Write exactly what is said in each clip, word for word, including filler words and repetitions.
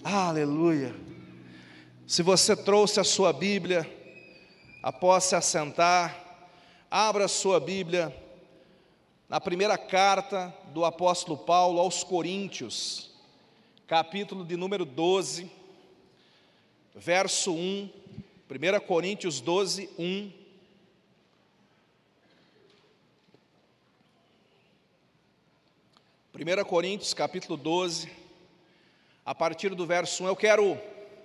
Aleluia. Se você trouxe a sua Bíblia, após se assentar, abra a sua Bíblia na primeira carta do apóstolo Paulo aos Coríntios, capítulo de número doze, verso um, primeira Coríntios doze, um. primeira Coríntios, capítulo doze, a partir do verso um, eu quero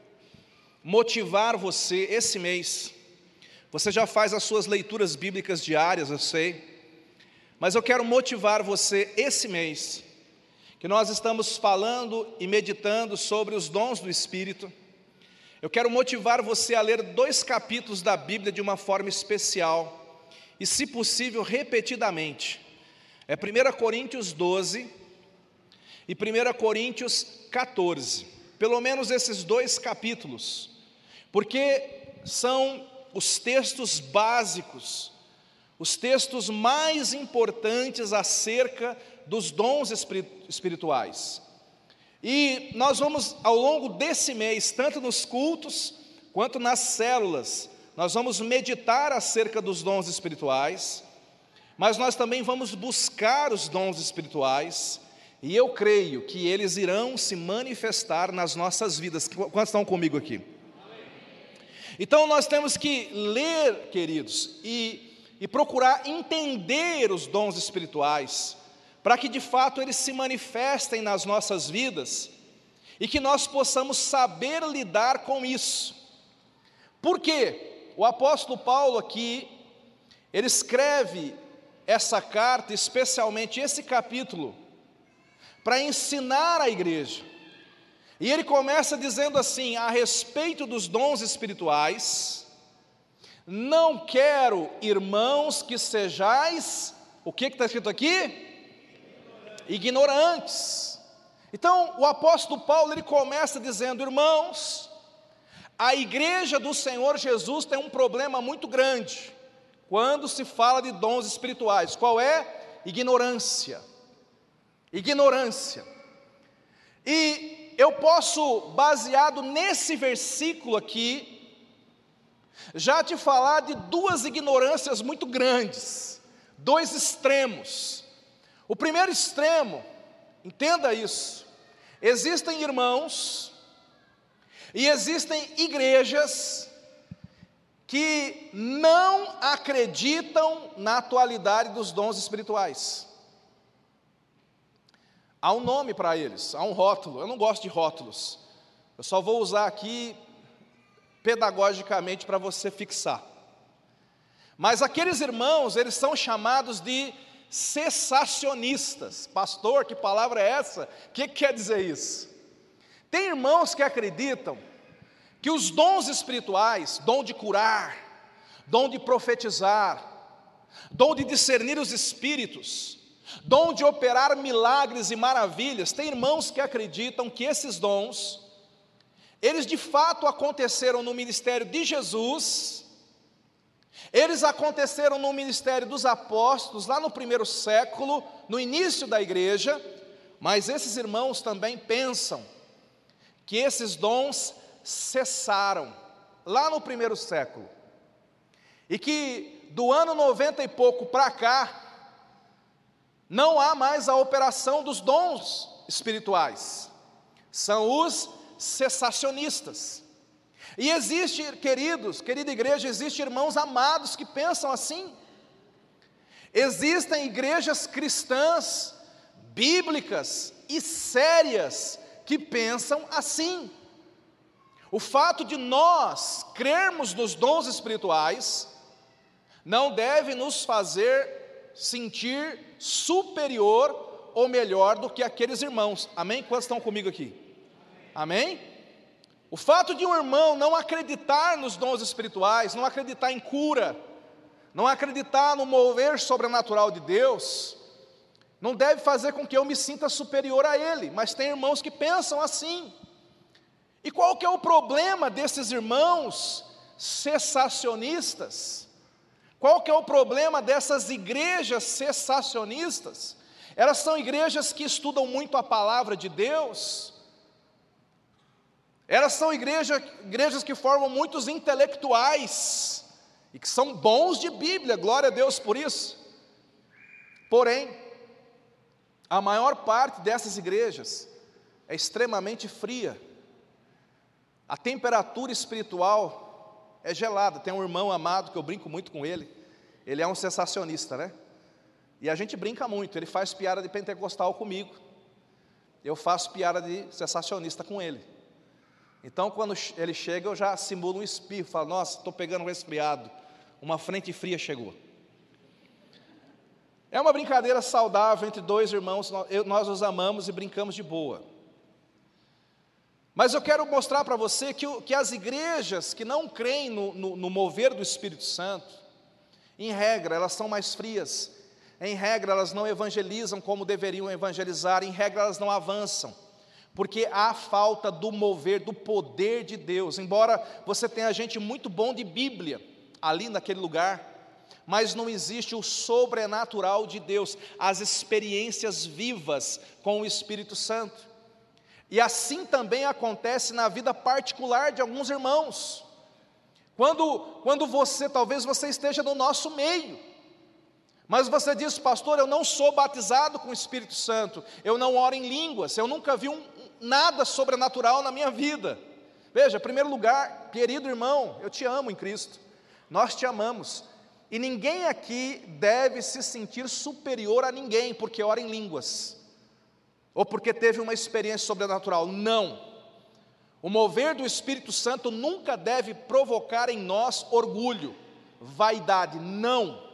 motivar você esse mês. Você já faz as suas leituras bíblicas diárias, eu sei, mas eu quero motivar você esse mês, que nós estamos falando e meditando sobre os dons do Espírito. Eu quero motivar você a ler dois capítulos da Bíblia de uma forma especial, e se possível repetidamente. É primeira Coríntios doze e primeira Coríntios quatorze, pelo menos esses dois capítulos, porque são os textos básicos, os textos mais importantes acerca dos dons espirituais. E nós vamos, ao longo desse mês, tanto nos cultos quanto nas células, nós vamos meditar acerca dos dons espirituais, mas nós também vamos buscar os dons espirituais, e eu creio que eles irão se manifestar nas nossas vidas. Quantos estão comigo aqui? Então nós temos que ler, queridos, e, e procurar entender os dons espirituais, para que de fato eles se manifestem nas nossas vidas, e que nós possamos saber lidar com isso. Por quê? O apóstolo Paulo aqui, ele escreve essa carta, especialmente esse capítulo, para ensinar a igreja. E ele começa dizendo assim: a respeito dos dons espirituais, não quero, irmãos, que sejais, o que está escrito aqui? Ignorantes. Então, o apóstolo Paulo, ele começa dizendo: irmãos, a igreja do Senhor Jesus tem um problema muito grande, quando se fala de dons espirituais. Qual é? Ignorância. Ignorância. E eu posso, baseado nesse versículo aqui, já te falar de duas ignorâncias muito grandes, dois extremos. O primeiro extremo, entenda isso, existem irmãos e existem igrejas que não acreditam na atualidade dos dons espirituais. Há um nome para eles, há um rótulo. Eu não gosto de rótulos, eu só vou usar aqui pedagogicamente para você fixar. Mas aqueles irmãos, eles são chamados de cessacionistas. Pastor, que palavra é essa? O que quer dizer isso? Tem irmãos que acreditam que os dons espirituais, dom de curar, dom de profetizar, dom de discernir os espíritos, dom de operar milagres e maravilhas, tem irmãos que acreditam que esses dons, eles de fato aconteceram no ministério de Jesus, eles aconteceram no ministério dos apóstolos, lá no primeiro século, no início da igreja, mas esses irmãos também pensam que esses dons cessaram lá no primeiro século, e que do ano noventa e pouco para cá, não há mais a operação dos dons espirituais, são os cessacionistas. E existe, queridos, querida igreja, existe irmãos amados que pensam assim. Existem igrejas cristãs, bíblicas e sérias que pensam assim. O fato de nós crermos nos dons espirituais não deve nos fazer sentir superior ou melhor do que aqueles irmãos. Amém? Quantos estão comigo aqui? Amém? O fato de um irmão não acreditar nos dons espirituais, não acreditar em cura, não acreditar no mover sobrenatural de Deus, não deve fazer com que eu me sinta superior a ele. Mas tem irmãos que pensam assim. E qual que é o problema desses irmãos cessacionistas? Qual que é o problema dessas igrejas cessacionistas? Elas são igrejas que estudam muito a palavra de Deus, Elas são igreja, igrejas que formam muitos intelectuais, e que são bons de Bíblia, glória a Deus por isso. Porém, a maior parte dessas igrejas é extremamente fria. A temperatura espiritual é gelada. Tem um irmão amado que eu brinco muito com ele. Ele é um sensacionista, né? E a gente brinca muito. Ele faz piada de pentecostal comigo. Eu faço piada de sensacionista com ele. Então, quando ele chega, eu já simulo um espirro. Falo, nossa, estou pegando um resfriado. Uma frente fria chegou. É uma brincadeira saudável entre dois irmãos. Nós os amamos e brincamos de boa. Mas eu quero mostrar para você que, que as igrejas que não creem no, no, no mover do Espírito Santo, em regra, elas são mais frias. Em regra, elas não evangelizam como deveriam evangelizar. Em regra, elas não avançam. Porque há falta do mover, do poder de Deus. Embora você tenha gente muito bom de Bíblia ali naquele lugar, mas não existe o sobrenatural de Deus, as experiências vivas com o Espírito Santo. E assim também acontece na vida particular de alguns irmãos. Quando, quando você, talvez você esteja no nosso meio, mas você diz, pastor, eu não sou batizado com o Espírito Santo, eu não oro em línguas, eu nunca vi um, nada sobrenatural na minha vida. Veja, em primeiro lugar, querido irmão, eu te amo em Cristo, nós te amamos, e ninguém aqui deve se sentir superior a ninguém, porque ora em línguas, ou porque teve uma experiência sobrenatural. Não. O mover do Espírito Santo nunca deve provocar em nós orgulho, vaidade, não.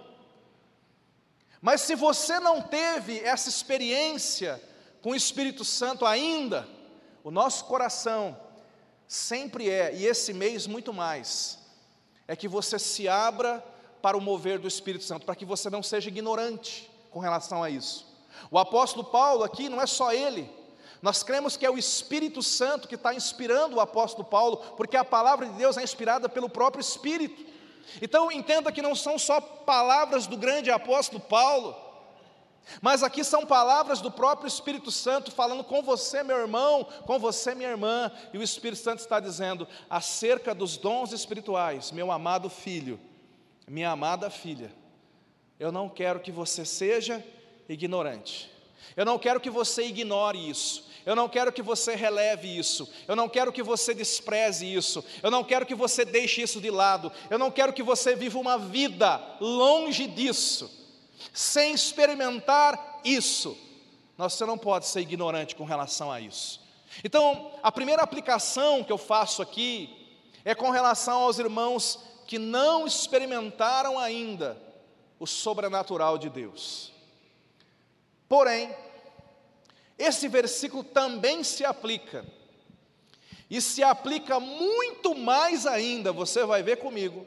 Mas se você não teve essa experiência com o Espírito Santo ainda, o nosso coração sempre é, e esse mês muito mais, é que você se abra para o mover do Espírito Santo, para que você não seja ignorante com relação a isso. O apóstolo Paulo aqui não é só ele, nós cremos que é o Espírito Santo que está inspirando o apóstolo Paulo, porque a palavra de Deus é inspirada pelo próprio Espírito. Então entenda que não são só palavras do grande apóstolo Paulo, mas aqui são palavras do próprio Espírito Santo falando com você, meu irmão, com você, minha irmã, e o Espírito Santo está dizendo acerca dos dons espirituais, meu amado filho, minha amada filha, eu não quero que você seja ignorante, eu não quero que você ignore isso, eu não quero que você releve isso, eu não quero que você despreze isso, eu não quero que você deixe isso de lado, eu não quero que você viva uma vida longe disso, sem experimentar isso. Você não pode ser ignorante com relação a isso. Então, a primeira aplicação que eu faço aqui é com relação aos irmãos que não experimentaram ainda o sobrenatural de Deus. Porém, esse versículo também se aplica, e se aplica muito mais ainda, você vai ver comigo,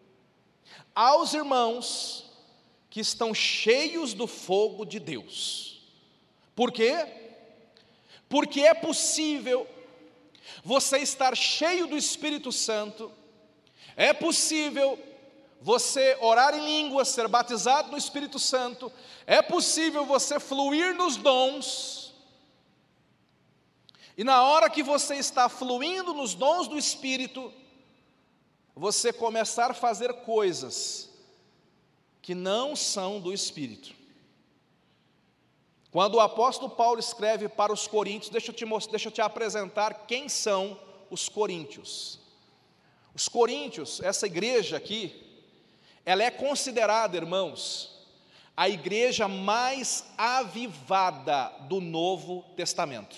aos irmãos que estão cheios do fogo de Deus. Por quê? Porque é possível você estar cheio do Espírito Santo, é possível você orar em línguas, ser batizado no Espírito Santo, é possível você fluir nos dons, e na hora que você está fluindo nos dons do Espírito, você começar a fazer coisas que não são do Espírito. Quando o apóstolo Paulo escreve para os coríntios, deixa eu te mostrar, deixa eu te apresentar quem são os coríntios. Os coríntios, essa igreja aqui, ela é considerada, irmãos, a igreja mais avivada do Novo Testamento.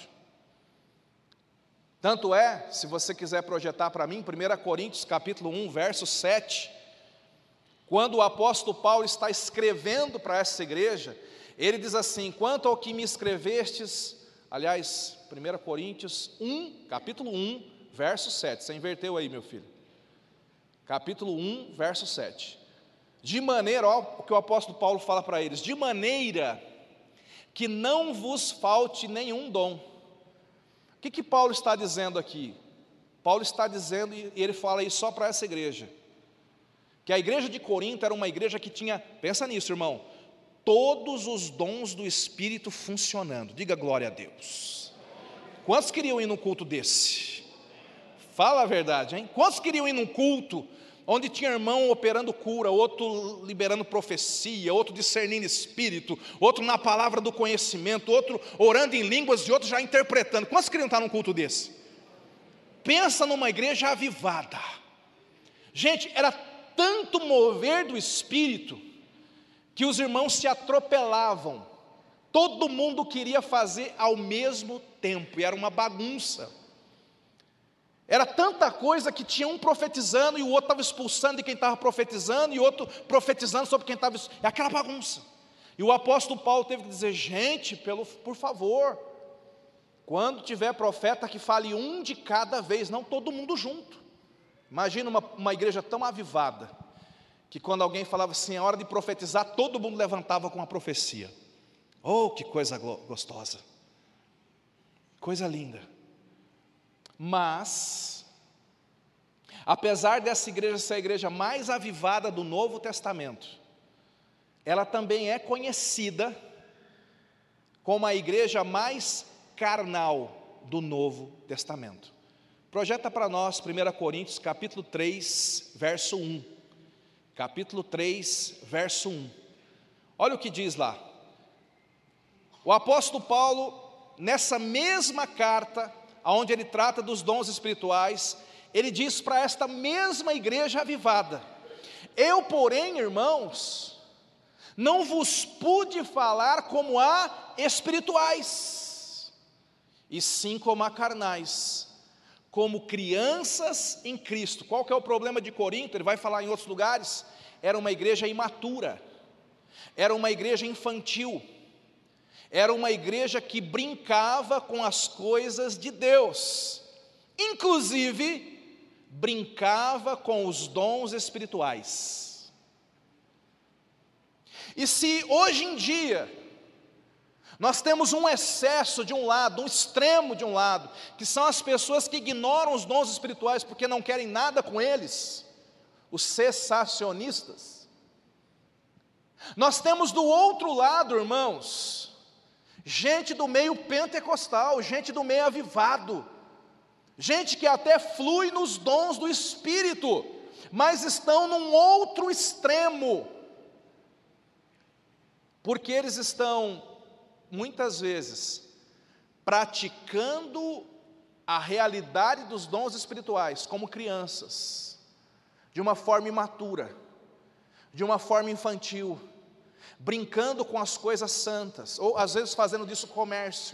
Tanto é, se você quiser projetar para mim, primeira Coríntios capítulo um, verso sete, quando o apóstolo Paulo está escrevendo para essa igreja, ele diz assim: quanto ao que me escrevestes, aliás, primeira Coríntios um, capítulo um, verso sete, você inverteu aí, meu filho, capítulo um, verso sete, de maneira, ó, o que o apóstolo Paulo fala para eles, de maneira que não vos falte nenhum dom. O que que Paulo está dizendo aqui? Paulo está dizendo, e ele fala isso só para essa igreja, que a igreja de Corinto era uma igreja que tinha, pensa nisso, irmão, todos os dons do Espírito funcionando. Diga glória a Deus. Quantos queriam ir num culto desse? Fala a verdade, hein? Quantos queriam ir num culto onde tinha irmão operando cura, outro liberando profecia, outro discernindo espírito, outro na palavra do conhecimento, outro orando em línguas e outro já interpretando? Quantos queriam estar num culto desse? Pensa numa igreja avivada. Gente, era tanto mover do espírito que os irmãos se atropelavam. Todo mundo queria fazer ao mesmo tempo, e era uma bagunça. Era tanta coisa que tinha um profetizando e o outro estava expulsando de quem estava profetizando, e outro profetizando sobre quem estava... É aquela bagunça. E o apóstolo Paulo teve que dizer: gente, pelo, por favor, quando tiver profeta, que fale um de cada vez, não todo mundo junto. Imagina uma, uma igreja tão avivada, que quando alguém falava assim, é hora de profetizar, todo mundo levantava com a profecia. Oh, que coisa gostosa, coisa linda. Mas, apesar dessa igreja ser a igreja mais avivada do Novo Testamento, ela também é conhecida como a igreja mais carnal do Novo Testamento. Projeta para nós primeira Coríntios capítulo três, verso um. Capítulo três, verso um. Olha o que diz lá. O apóstolo Paulo, nessa mesma carta, onde ele trata dos dons espirituais, ele diz para esta mesma igreja avivada: eu, porém, irmãos, não vos pude falar como a espirituais, e sim como a carnais, como crianças em Cristo. Qual que é o problema de Corinto? Ele vai falar em outros lugares. Era uma igreja imatura, era uma igreja infantil, era uma igreja que brincava com as coisas de Deus, inclusive brincava com os dons espirituais. E se hoje em dia nós temos um excesso de um lado, um extremo de um lado, que são as pessoas que ignoram os dons espirituais porque não querem nada com eles, os cessacionistas. Nós temos do outro lado, irmãos, gente do meio pentecostal, gente do meio avivado, gente que até flui nos dons do Espírito, mas estão num outro extremo, porque eles estão, muitas vezes, praticando a realidade dos dons espirituais como crianças, de uma forma imatura, de uma forma infantil, brincando com as coisas santas, ou às vezes fazendo disso comércio.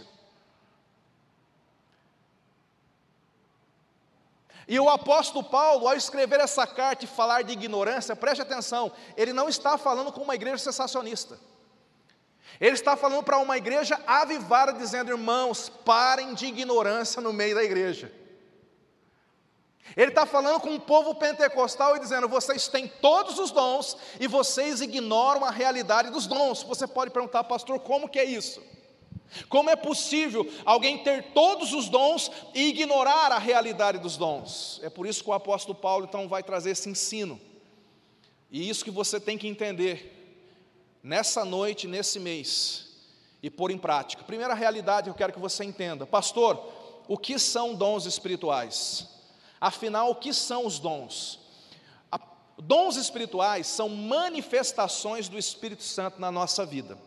E o apóstolo Paulo, ao escrever essa carta e falar de ignorância, preste atenção, ele não está falando com uma igreja cessacionista. Ele está falando para uma igreja avivada, dizendo: irmãos, parem de ignorância no meio da igreja. Ele está falando com um povo pentecostal e dizendo: vocês têm todos os dons e vocês ignoram a realidade dos dons. Você pode perguntar: pastor, como que é isso? Como é possível alguém ter todos os dons e ignorar a realidade dos dons? É por isso que o apóstolo Paulo então vai trazer esse ensino. E isso que você tem que entender nessa noite, nesse mês, e pôr em prática. Primeira realidade que eu quero que você entenda: pastor, o que são dons espirituais? Afinal, o que são os dons? A, dons espirituais são manifestações do Espírito Santo na nossa vida.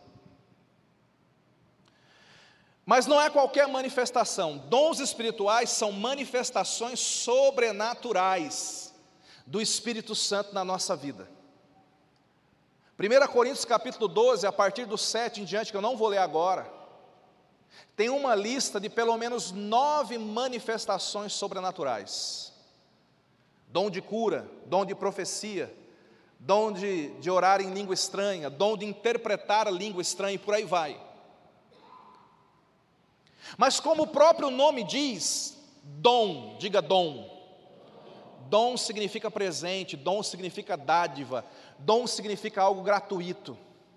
Mas não é qualquer manifestação. Dons espirituais são manifestações sobrenaturais do Espírito Santo na nossa vida. primeira Coríntios capítulo doze, a partir do sete em diante, que eu não vou ler agora, tem uma lista de pelo menos nove manifestações sobrenaturais. Dom de cura, dom de profecia, dom de, de orar em língua estranha, dom de interpretar a língua estranha, e por aí vai. Mas como o próprio nome diz, dom, diga dom. Dom significa presente, dom significa dádiva, dom significa algo gratuito.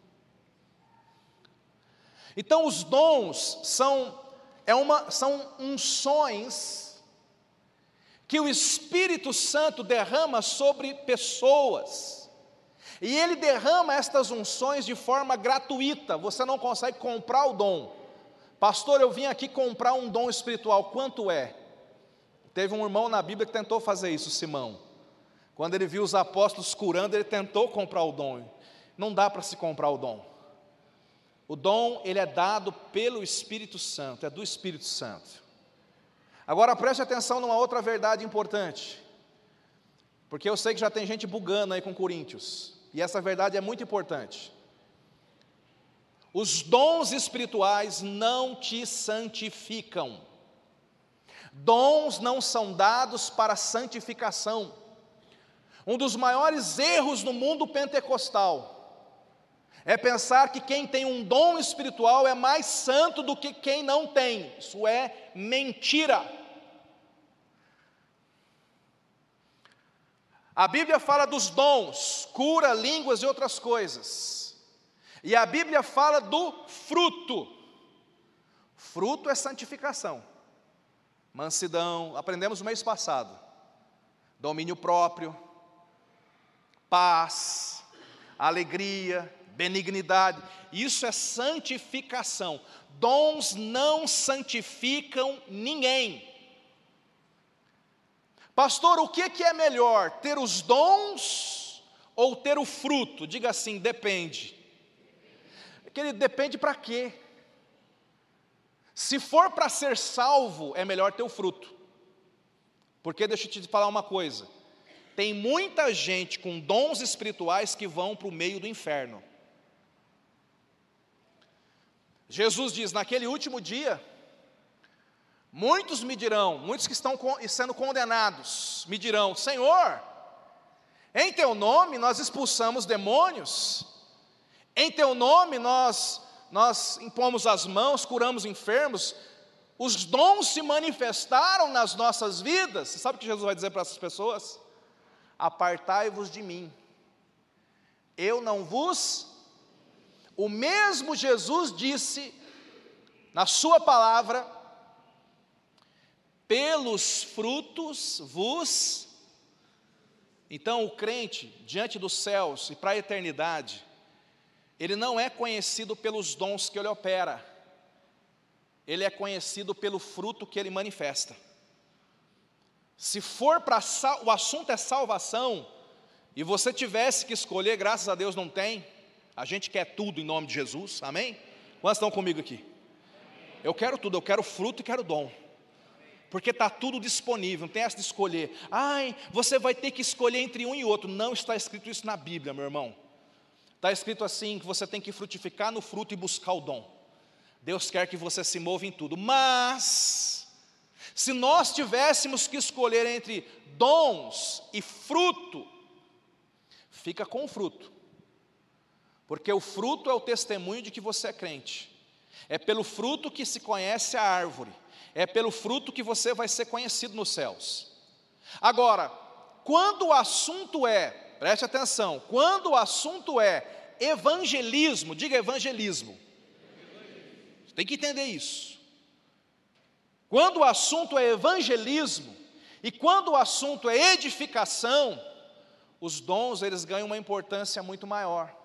Então os dons são, é uma, são unções que o Espírito Santo derrama sobre pessoas, e Ele derrama estas unções de forma gratuita. Você não consegue comprar o dom. Pastor, eu vim aqui comprar um dom espiritual, quanto é? Teve um irmão na Bíblia que tentou fazer isso, Simão. Quando ele viu os apóstolos curando, ele tentou comprar o dom. Não dá para se comprar o dom. O dom, ele é dado pelo Espírito Santo, é do Espírito Santo. Agora preste atenção numa outra verdade importante, porque eu sei que já tem gente bugando aí com Coríntios, e essa verdade é muito importante. Os dons espirituais não te santificam. Dons não são dados para santificação. Um dos maiores erros no mundo pentecostal é pensar que quem tem um dom espiritual é mais santo do que quem não tem. Isso é mentira. A Bíblia fala dos dons, cura, línguas e outras coisas. E a Bíblia fala do fruto. Fruto é santificação. Mansidão, aprendemos no mês passado. Domínio próprio, paz, alegria, benignidade, isso é santificação. Dons não santificam ninguém. Pastor, o que que é melhor, ter os dons ou ter o fruto? Diga assim, depende. Querido, depende para quê? Se for para ser salvo, é melhor ter o fruto. Porque deixa eu te falar uma coisa, tem muita gente com dons espirituais que vão para o meio do inferno. Jesus diz, naquele último dia, muitos me dirão, muitos que estão sendo condenados, me dirão, Senhor, em teu nome nós expulsamos demônios, em teu nome nós, nós impomos as mãos, curamos enfermos, os dons se manifestaram nas nossas vidas. Você sabe o que Jesus vai dizer para essas pessoas? Apartai-vos de mim, eu não vos... O mesmo Jesus disse, na sua palavra, pelos frutos vos... Então o crente, diante dos céus e para a eternidade, ele não é conhecido pelos dons que ele opera, ele é conhecido pelo fruto que ele manifesta. Se for para o assunto é salvação, e você tivesse que escolher, graças a Deus não tem, a gente quer tudo em nome de Jesus, amém? Quantos estão comigo aqui? Eu quero tudo, eu quero fruto e quero dom, porque está tudo disponível, não tem essa de escolher. Ai, você vai ter que escolher entre um e outro. Não está escrito isso na Bíblia, meu irmão. Está escrito assim, que você tem que frutificar no fruto e buscar o dom. Deus quer que você se mova em tudo, mas se nós tivéssemos que escolher entre dons e fruto, fica com o fruto, porque o fruto é o testemunho de que você é crente, é pelo fruto que se conhece a árvore, é pelo fruto que você vai ser conhecido nos céus. Agora, quando o assunto é, preste atenção, quando o assunto é evangelismo, diga evangelismo, você tem que entender isso. Quando o assunto é evangelismo, e quando o assunto é edificação, os dons, eles ganham uma importância muito maior.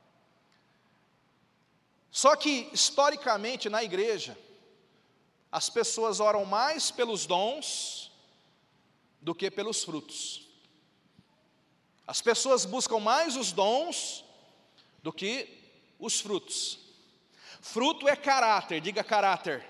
Só que, historicamente, na igreja, as pessoas oram mais pelos dons do que pelos frutos. As pessoas buscam mais os dons do que os frutos. Fruto é caráter, diga caráter.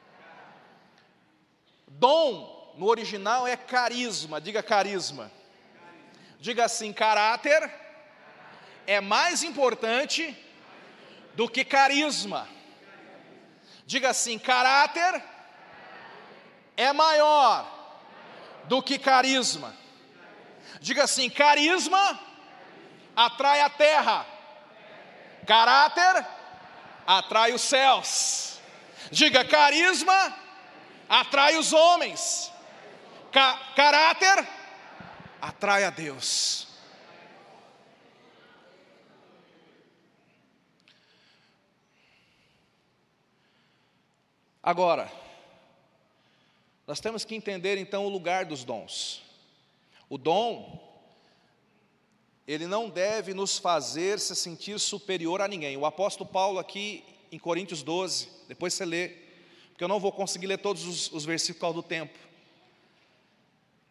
Dom, no original, é carisma, diga carisma. Diga assim, caráter é mais importante do que carisma. Diga assim, caráter é maior do que carisma. Diga assim, carisma atrai a terra, caráter atrai os céus. Diga, carisma atrai os homens, Ca- caráter atrai a Deus. Agora, nós temos que entender então o lugar dos dons. O dom, ele não deve nos fazer se sentir superior a ninguém. O apóstolo Paulo aqui em Coríntios doze, depois você lê, porque eu não vou conseguir ler todos os, os versículos por causa do tempo.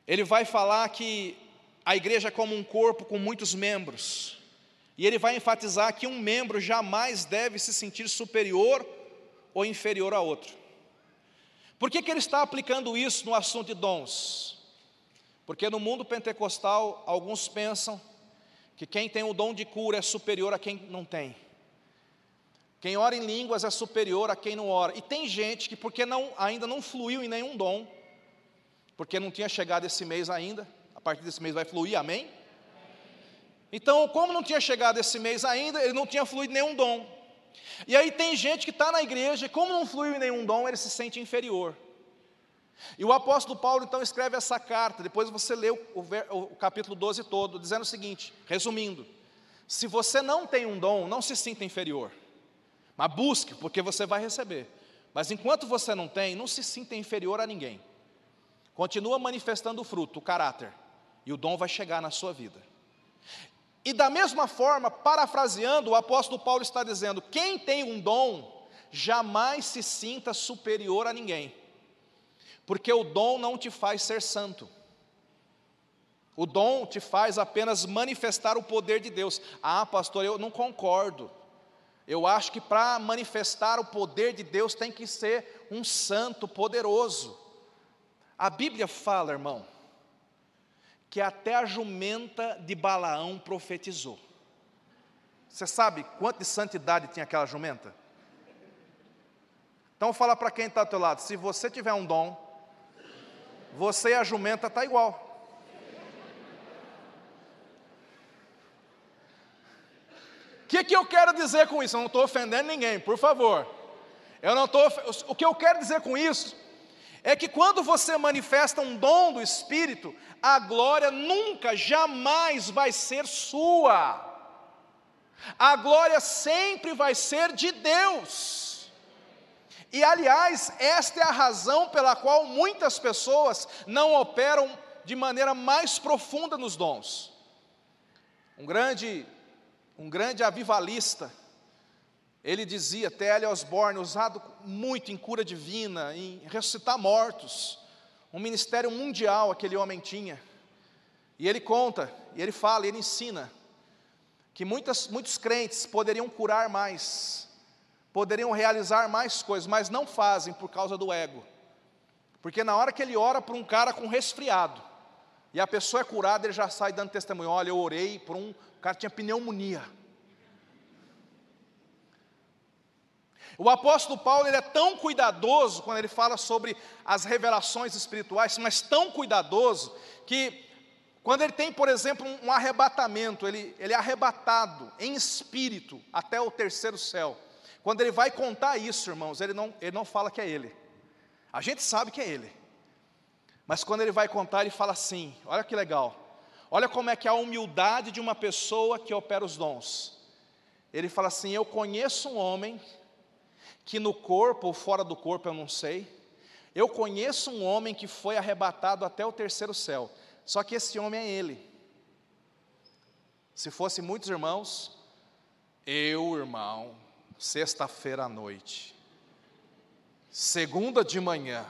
ele vai falar que a igreja é como um corpo com muitos membros, e ele vai enfatizar que um membro jamais deve se sentir superior ou inferior a outro. Por que que ele está aplicando isso no assunto de dons? Porque no mundo pentecostal, alguns pensam que quem tem o dom de cura é superior a quem não tem. Quem ora em línguas é superior a quem não ora. E tem gente que porque não, ainda não fluiu em nenhum dom, porque não tinha chegado esse mês ainda, a partir desse mês vai fluir, amém? Então, como não tinha chegado esse mês ainda, ele não tinha fluído nenhum dom. E aí tem gente que está na igreja, e como não fluiu em nenhum dom, ele se sente inferior. E o apóstolo Paulo então escreve essa carta, depois você lê o, o, o capítulo doze todo, dizendo o seguinte, resumindo: se você não tem um dom, não se sinta inferior, mas busque, porque você vai receber. Mas enquanto você não tem, não se sinta inferior a ninguém. Continua manifestando o fruto, o caráter, e o dom vai chegar na sua vida. E da mesma forma, parafraseando, o apóstolo Paulo está dizendo: quem tem um dom, jamais se sinta superior a ninguém, porque o dom não te faz ser santo. O dom te faz apenas manifestar o poder de Deus. Ah, pastor, eu não concordo. Eu acho que para manifestar o poder de Deus tem que ser um santo poderoso. A Bíblia fala, irmão, que até a jumenta de Balaão profetizou. Você sabe quanto de santidade tinha aquela jumenta? Então fala para quem está ao teu lado: se você tiver um dom, você e a jumenta está igual. O que, que eu quero dizer com isso? Eu não estou ofendendo ninguém, por favor. Eu não estou. O que eu quero dizer com isso é que quando você manifesta um dom do Espírito, a glória nunca, jamais vai ser sua. A glória sempre vai ser de Deus. E aliás, esta é a razão pela qual muitas pessoas não operam de maneira mais profunda nos dons. Um grande, um grande avivalista, ele dizia, T L Osborne, usado muito em cura divina, em ressuscitar mortos, um ministério mundial aquele homem tinha. E ele conta, e ele fala, e ele ensina, que muitas, muitos crentes poderiam curar mais, poderiam realizar mais coisas, mas não fazem por causa do ego. Porque na hora que ele ora por um cara com resfriado, e a pessoa é curada, ele já sai dando testemunho: olha, eu orei por um, o cara tinha pneumonia. O apóstolo Paulo, ele é tão cuidadoso quando ele fala sobre as revelações espirituais, mas tão cuidadoso, que quando ele tem, por exemplo, um, um arrebatamento, ele, ele é arrebatado em espírito até o terceiro céu. Quando ele vai contar isso, irmãos, ele não, ele não fala que é ele. A gente sabe que é ele. Mas quando ele vai contar, ele fala assim, olha que legal. Olha como é que é a humildade de uma pessoa que opera os dons. Ele fala assim: eu conheço um homem que no corpo ou fora do corpo, eu não sei, eu conheço um homem que foi arrebatado até o terceiro céu, só que esse homem é ele. Se fosse muitos irmãos, eu, irmão, sexta-feira à noite, segunda de manhã,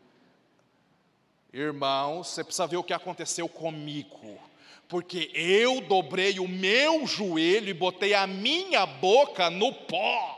irmão, você precisa ver o que aconteceu comigo, porque eu dobrei o meu joelho e botei a minha boca no pó.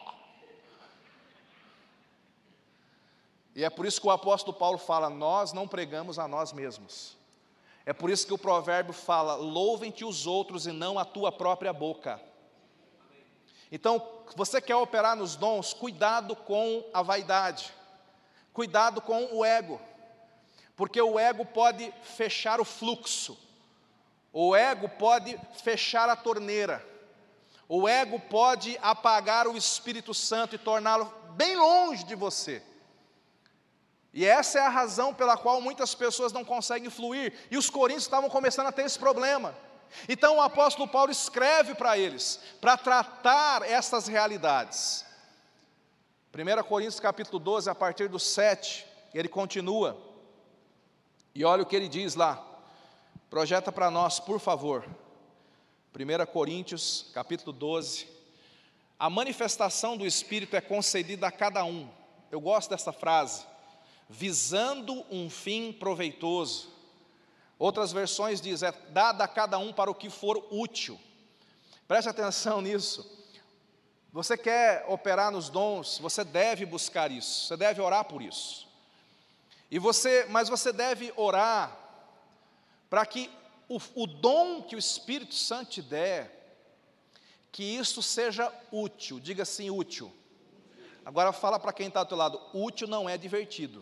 E é por isso que o apóstolo Paulo fala: nós não pregamos a nós mesmos. É por isso que o provérbio fala: louvem-te os outros e não a tua própria boca. Então, você quer operar nos dons, cuidado com a vaidade, cuidado com o ego, porque o ego pode fechar o fluxo, o ego pode fechar a torneira, o ego pode apagar o Espírito Santo e torná-lo bem longe de você. E essa é a razão pela qual muitas pessoas não conseguem fluir, e os coríntios estavam começando a ter esse problema. Então o apóstolo Paulo escreve para eles, para tratar essas realidades. primeira Coríntios capítulo doze, a partir do sete, ele continua, e olha o que ele diz lá, projeta para nós, por favor. primeira Coríntios capítulo doze, a manifestação do Espírito é concedida a cada um. Eu gosto dessa frase: visando um fim proveitoso. Outras versões dizem, é dada a cada um para o que for útil. Preste atenção nisso. Você quer operar nos dons, você deve buscar isso, você deve orar por isso. E você, mas você deve orar para que o, o dom que o Espírito Santo te der, que isso seja útil. Diga assim, útil. Agora fala para quem está do teu lado, útil não é divertido.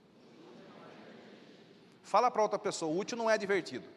Fala para outra pessoa, útil não é divertido.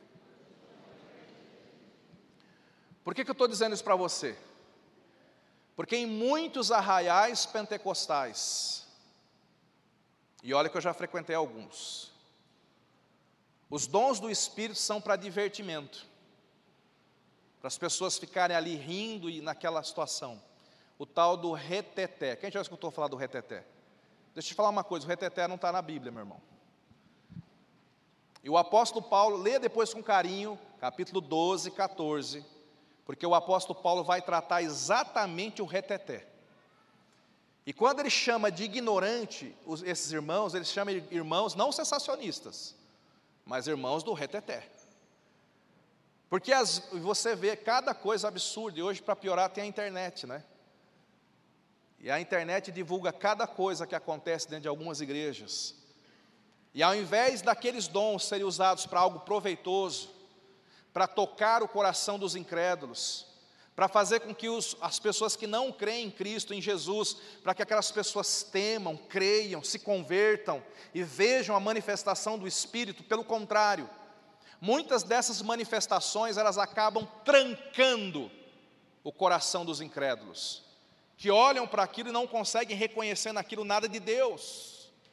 Por que que eu estou dizendo isso para você? Porque em muitos arraiais pentecostais, e olha que eu já frequentei alguns, os dons do Espírito são para divertimento, para as pessoas ficarem ali rindo e naquela situação. O tal do reteté. Quem já escutou falar do reteté? Deixa eu te falar uma coisa, o reteté não está na Bíblia, meu irmão. E o apóstolo Paulo, lê depois com carinho, capítulo doze, catorze, porque o apóstolo Paulo vai tratar exatamente o reteté. E quando ele chama de ignorante os, esses irmãos, ele chama de irmãos não sensacionistas, mas irmãos do reteté. Porque as, você vê cada coisa absurda, e hoje para piorar tem a internet, né? E a internet divulga cada coisa que acontece dentro de algumas igrejas. E ao invés daqueles dons serem usados para algo proveitoso, para tocar o coração dos incrédulos, para fazer com que os, as pessoas que não creem em Cristo, em Jesus, para que aquelas pessoas temam, creiam, se convertam e vejam a manifestação do Espírito, pelo contrário, muitas dessas manifestações, elas acabam trancando o coração dos incrédulos, que olham para aquilo e não conseguem reconhecer naquilo nada de Deus.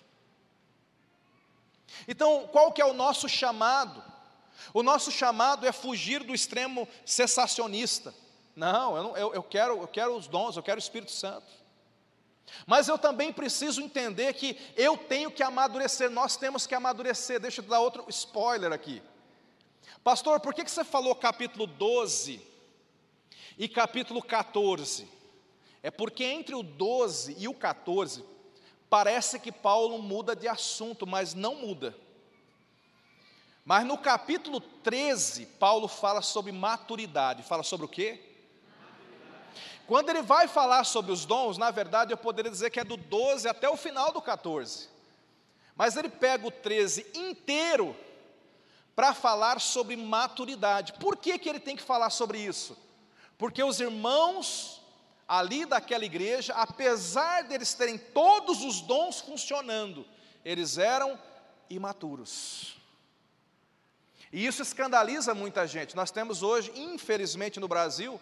Então, qual que é o nosso chamado? O nosso chamado é fugir do extremo cessacionista. Não, eu, não, eu, eu, quero, eu quero os dons, eu quero o Espírito Santo. Mas eu também preciso entender que eu tenho que amadurecer, nós temos que amadurecer. Deixa eu dar outro spoiler aqui. Pastor, por que que você falou capítulo doze e capítulo catorze? É porque entre o doze e o catorze, parece que Paulo muda de assunto, mas não muda. Mas no capítulo treze, Paulo fala sobre maturidade. Fala sobre o quê? Quando ele vai falar sobre os dons, na verdade eu poderia dizer que é do doze até o final do catorze. Mas ele pega o treze inteiro para falar sobre maturidade. Por que que ele tem que falar sobre isso? Porque os irmãos ali daquela igreja, apesar deles terem todos os dons funcionando, eles eram imaturos. E isso escandaliza muita gente. Nós temos hoje, infelizmente no Brasil,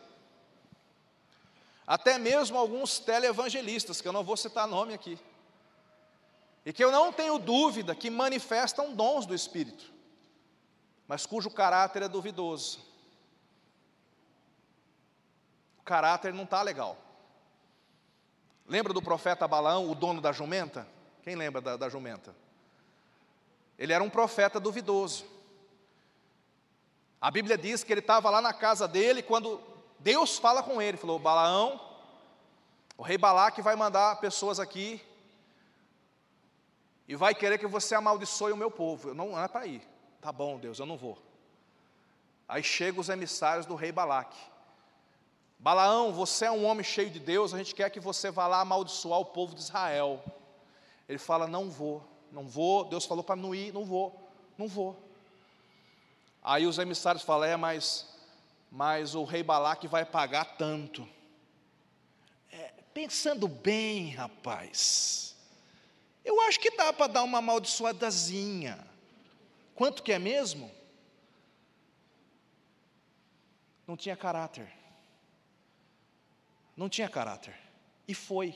até mesmo alguns televangelistas, que eu não vou citar nome aqui, e que eu não tenho dúvida que manifestam dons do Espírito, mas cujo caráter é duvidoso. O caráter não está legal. Lembra do profeta Balaão, o dono da jumenta? Quem lembra da, da jumenta? Ele era um profeta duvidoso. A Bíblia diz que ele estava lá na casa dele, quando Deus fala com ele, falou, Balaão, o rei Balaque vai mandar pessoas aqui, e vai querer que você amaldiçoe o meu povo. Eu não, não é para ir. Tá bom, Deus, eu não vou. Aí chegam os emissários do rei Balaque. Balaão, você é um homem cheio de Deus, a gente quer que você vá lá amaldiçoar o povo de Israel. Ele fala, não vou, não vou, Deus falou para não ir, não vou, não vou. Aí os emissários falam, é, mas, mas o rei Balaque vai pagar tanto. É, pensando bem, rapaz, eu acho que dá para dar uma amaldiçoadazinha. Quanto que é mesmo? Não tinha caráter. Não tinha caráter. E foi.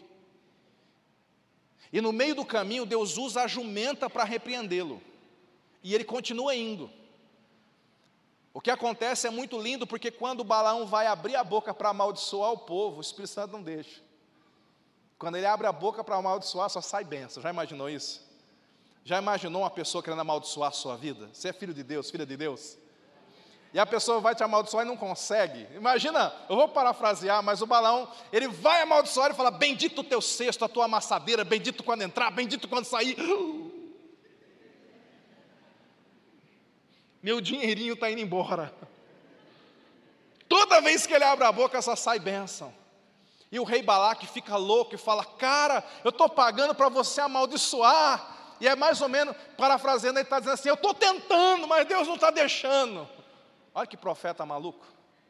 E no meio do caminho, Deus usa a jumenta para repreendê-lo. E ele continua indo. O que acontece é muito lindo, porque quando Balaão vai abrir a boca para amaldiçoar o povo, o Espírito Santo não deixa. Quando ele abre a boca para amaldiçoar, só sai bênção. Já imaginou isso? Já imaginou uma pessoa querendo amaldiçoar a sua vida? Você é filho de Deus, filha de Deus? E a pessoa vai te amaldiçoar e não consegue. Imagina, eu vou parafrasear, mas o Balaão, ele vai amaldiçoar e fala, bendito o teu cesto, a tua amassadeira, bendito quando entrar, bendito quando sair. meu dinheirinho está indo embora. Toda vez que ele abre a boca, só sai bênção. E o rei Balaque fica louco e fala: cara, eu estou pagando para você amaldiçoar. E é mais ou menos, parafraseando, ele está dizendo assim: eu estou tentando, mas Deus não está deixando. Olha que profeta maluco.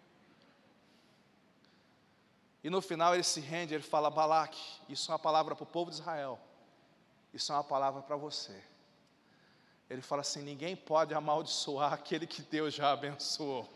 E no final ele se rende, ele fala: Balaque, isso é uma palavra para o povo de Israel. Isso é uma palavra para você. Ele fala assim: ninguém pode amaldiçoar aquele que Deus já abençoou.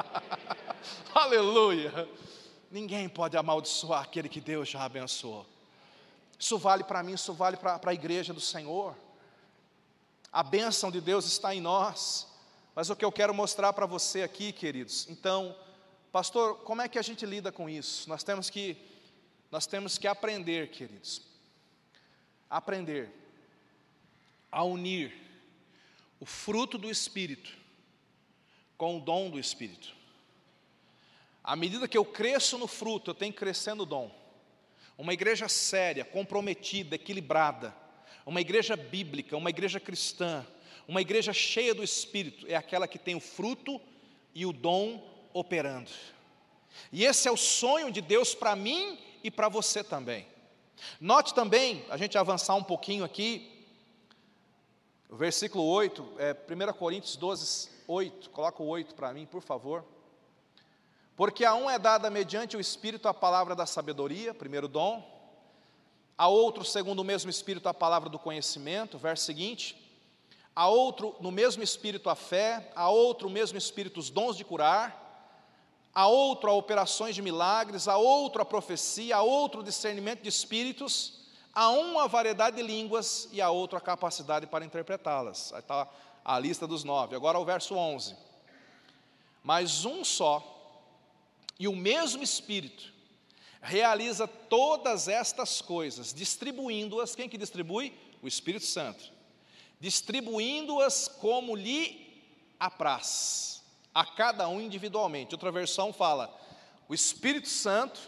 Aleluia. Ninguém pode amaldiçoar aquele que Deus já abençoou. Isso vale para mim, isso vale para a igreja do Senhor. A bênção de Deus está em nós. Mas o que eu quero mostrar para você aqui, queridos, então, pastor, como é que a gente lida com isso? Nós temos que, nós temos que aprender, queridos, aprender a unir o fruto do Espírito com o dom do Espírito. À medida que eu cresço no fruto, eu tenho que crescer no dom. Uma igreja séria, comprometida, equilibrada, uma igreja bíblica, uma igreja cristã, uma igreja cheia do Espírito, é aquela que tem o fruto e o dom operando. E esse é o sonho de Deus para mim e para você também. Note também, a gente avançar um pouquinho aqui, o versículo oito, é, primeira Coríntios doze, oito, coloca o oito para mim, por favor. Porque a um é dada mediante o Espírito a palavra da sabedoria, primeiro dom, a outro, segundo o mesmo Espírito, a palavra do conhecimento, verso seguinte, a outro, no mesmo Espírito, a fé, a outro, o mesmo Espírito, os dons de curar, a outro, a operações de milagres, a outro, a profecia, a outro, o discernimento de espíritos, a um, a variedade de línguas, e a outro, a capacidade para interpretá-las. Aí está a lista dos nove. Agora o verso onze. Mas um só, e o mesmo Espírito realiza todas estas coisas, distribuindo-as. Quem que distribui? O Espírito Santo. Distribuindo-as como lhe apraz, a cada um individualmente. Outra versão fala: o Espírito Santo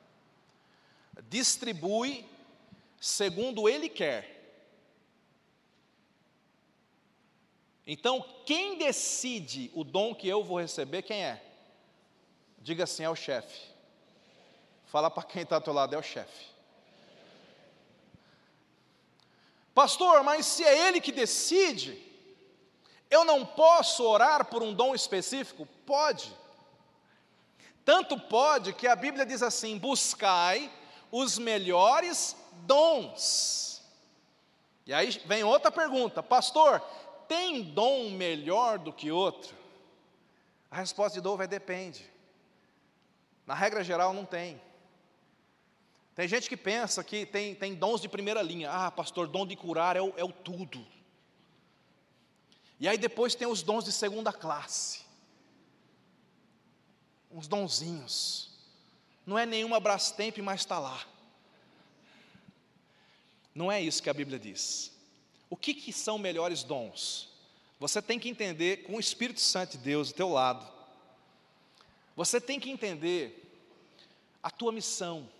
distribui segundo Ele quer. Então, quem decide o dom que eu vou receber, quem é? Diga assim: é o chefe. Fala para quem está ao teu lado: é o chefe. Pastor, mas se é ele que decide, eu não posso orar por um dom específico? Pode. Tanto pode que a Bíblia diz assim: buscai os melhores dons. E aí vem outra pergunta: pastor, tem dom melhor do que outro? A resposta de novo é: depende. Na regra geral, não tem. Tem gente que pensa que tem, tem dons de primeira linha. Ah, pastor, dom de curar é o, é o tudo. E aí depois tem os dons de segunda classe. Uns donzinhos. Não é nenhuma Brastemp, mas está lá. Não é isso que a Bíblia diz. O que, que são melhores dons? Você tem que entender, com o Espírito Santo de Deus do teu lado, você tem que entender a tua missão,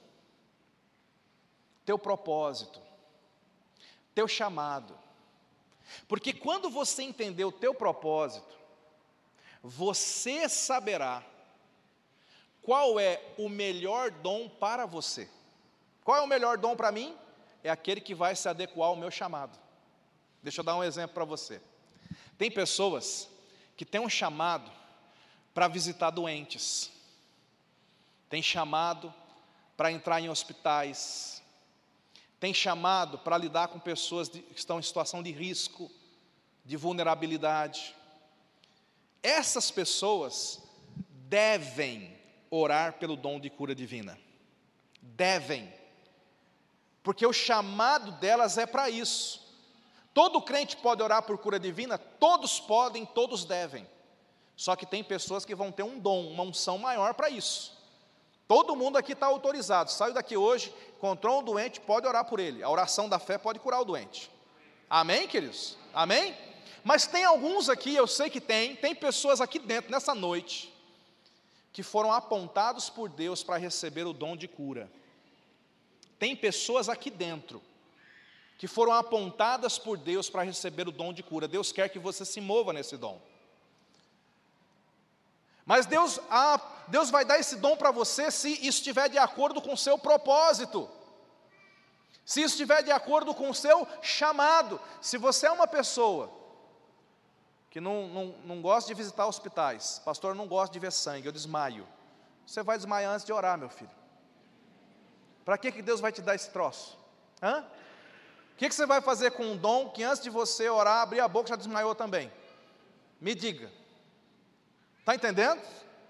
teu propósito, teu chamado. Porque quando você entender o teu propósito, você saberá qual é o melhor dom para você. Qual é o melhor dom para mim? É aquele que vai se adequar ao meu chamado. Deixa eu dar um exemplo para você. Tem pessoas que têm um chamado para visitar doentes, tem chamado para entrar em hospitais, tem chamado para lidar com pessoas de, que estão em situação de risco, de vulnerabilidade. Essas pessoas devem orar pelo dom de cura divina. Devem. Porque o chamado delas é para isso. Todo crente pode orar por cura divina? Todos podem, todos devem. Só que tem pessoas que vão ter um dom, uma unção maior para isso. Todo mundo aqui está autorizado. Saiu daqui hoje, encontrou um doente, pode orar por ele. A oração da fé pode curar o doente. Amém, queridos? Amém? Mas tem alguns aqui, eu sei que tem, tem pessoas aqui dentro, nessa noite, que foram apontados por Deus para receber o dom de cura. Tem pessoas aqui dentro, que foram apontadas por Deus para receber o dom de cura. Deus quer que você se mova nesse dom. Mas Deus, ah, Deus vai dar esse dom para você se isso estiver de acordo com o seu propósito, se isso estiver de acordo com o seu chamado. Se você é uma pessoa que não, não, não gosta de visitar hospitais, pastor, não gosta de ver sangue, eu desmaio, você vai desmaiar antes de orar, meu filho. Para que, que Deus vai te dar esse troço? Hã? O que, que você vai fazer com um dom que antes de você orar, abrir a boca, já desmaiou também? Me diga. Está entendendo?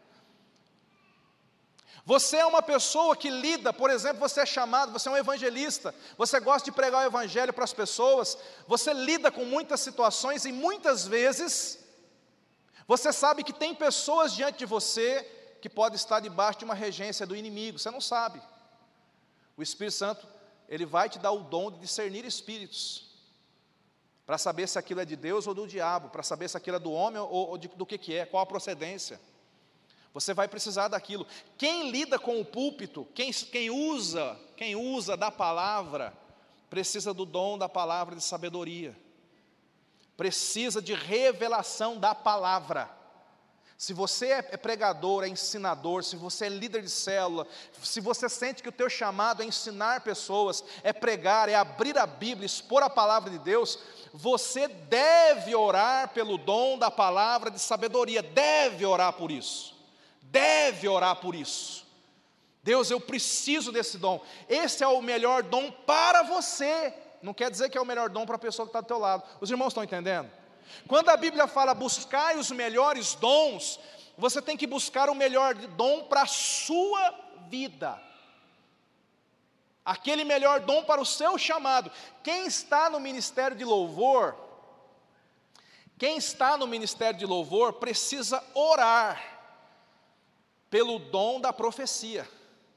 Você é uma pessoa que lida, por exemplo, você é chamado, você é um evangelista, você gosta de pregar o evangelho para as pessoas, você lida com muitas situações e muitas vezes você sabe que tem pessoas diante de você que podem estar debaixo de uma regência do inimigo, você não sabe. O Espírito Santo, ele vai te dar o dom de discernir espíritos, para saber se aquilo é de Deus ou do diabo, para saber se aquilo é do homem ou, ou de, do que, que é, qual a procedência. Você vai precisar daquilo. Quem lida com o púlpito, quem, quem usa, quem usa da palavra, precisa do dom da palavra de sabedoria, precisa de revelação da palavra. Se você é pregador, é ensinador, se você é líder de célula, se você sente que o teu chamado é ensinar pessoas, é pregar, é abrir a Bíblia, expor a palavra de Deus, você deve orar pelo dom da palavra de sabedoria, deve orar por isso, deve orar por isso. Deus, eu preciso desse dom, esse é o melhor dom para você, não quer dizer que é o melhor dom para a pessoa que está do teu lado. Os irmãos estão entendendo? Quando a Bíblia fala buscai os melhores dons, você tem que buscar o melhor dom para a sua vida, aquele melhor dom para o seu chamado. Quem está no ministério de louvor, quem está no ministério de louvor precisa orar pelo dom da profecia.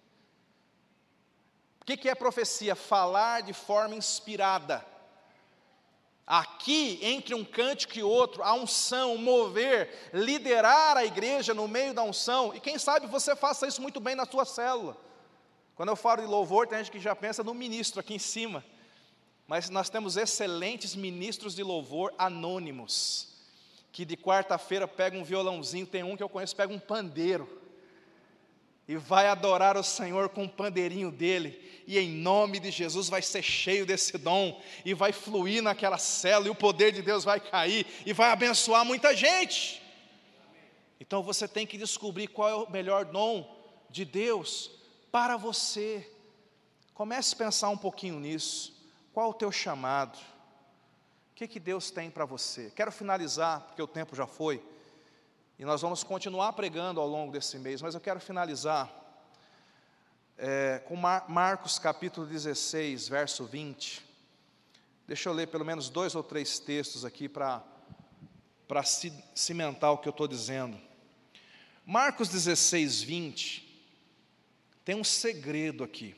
O que que é profecia? Falar de forma inspirada. Aqui, entre um cântico e outro, a unção, mover, liderar a igreja no meio da unção, e quem sabe você faça isso muito bem na sua célula. Quando eu falo de louvor, tem gente que já pensa no ministro aqui em cima, mas nós temos excelentes ministros de louvor anônimos, que de quarta-feira pega um violãozinho, tem um que eu conheço, pega um pandeiro, e vai adorar o Senhor com o pandeirinho dele, e em nome de Jesus vai ser cheio desse dom, e vai fluir naquela célula, e o poder de Deus vai cair, e vai abençoar muita gente. Então você tem que descobrir qual é o melhor dom de Deus para você. Comece a pensar um pouquinho nisso, qual o teu chamado, o que, que Deus tem para você. Quero finalizar, porque o tempo já foi, e nós vamos continuar pregando ao longo desse mês, mas eu quero finalizar é, com Mar Marcos capítulo dezesseis, verso vinte. Deixa eu ler pelo menos dois ou três textos aqui para para cimentar o que eu estou dizendo. Marcos dezesseis, vinte, tem um segredo aqui.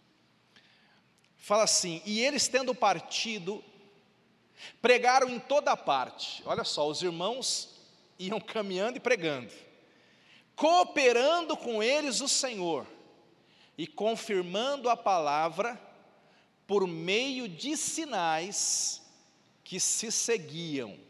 Fala assim: e eles tendo partido, pregaram em toda parte. Olha só, os irmãos iam caminhando e pregando, cooperando com eles o Senhor, e confirmando a palavra por meio de sinais que se seguiam.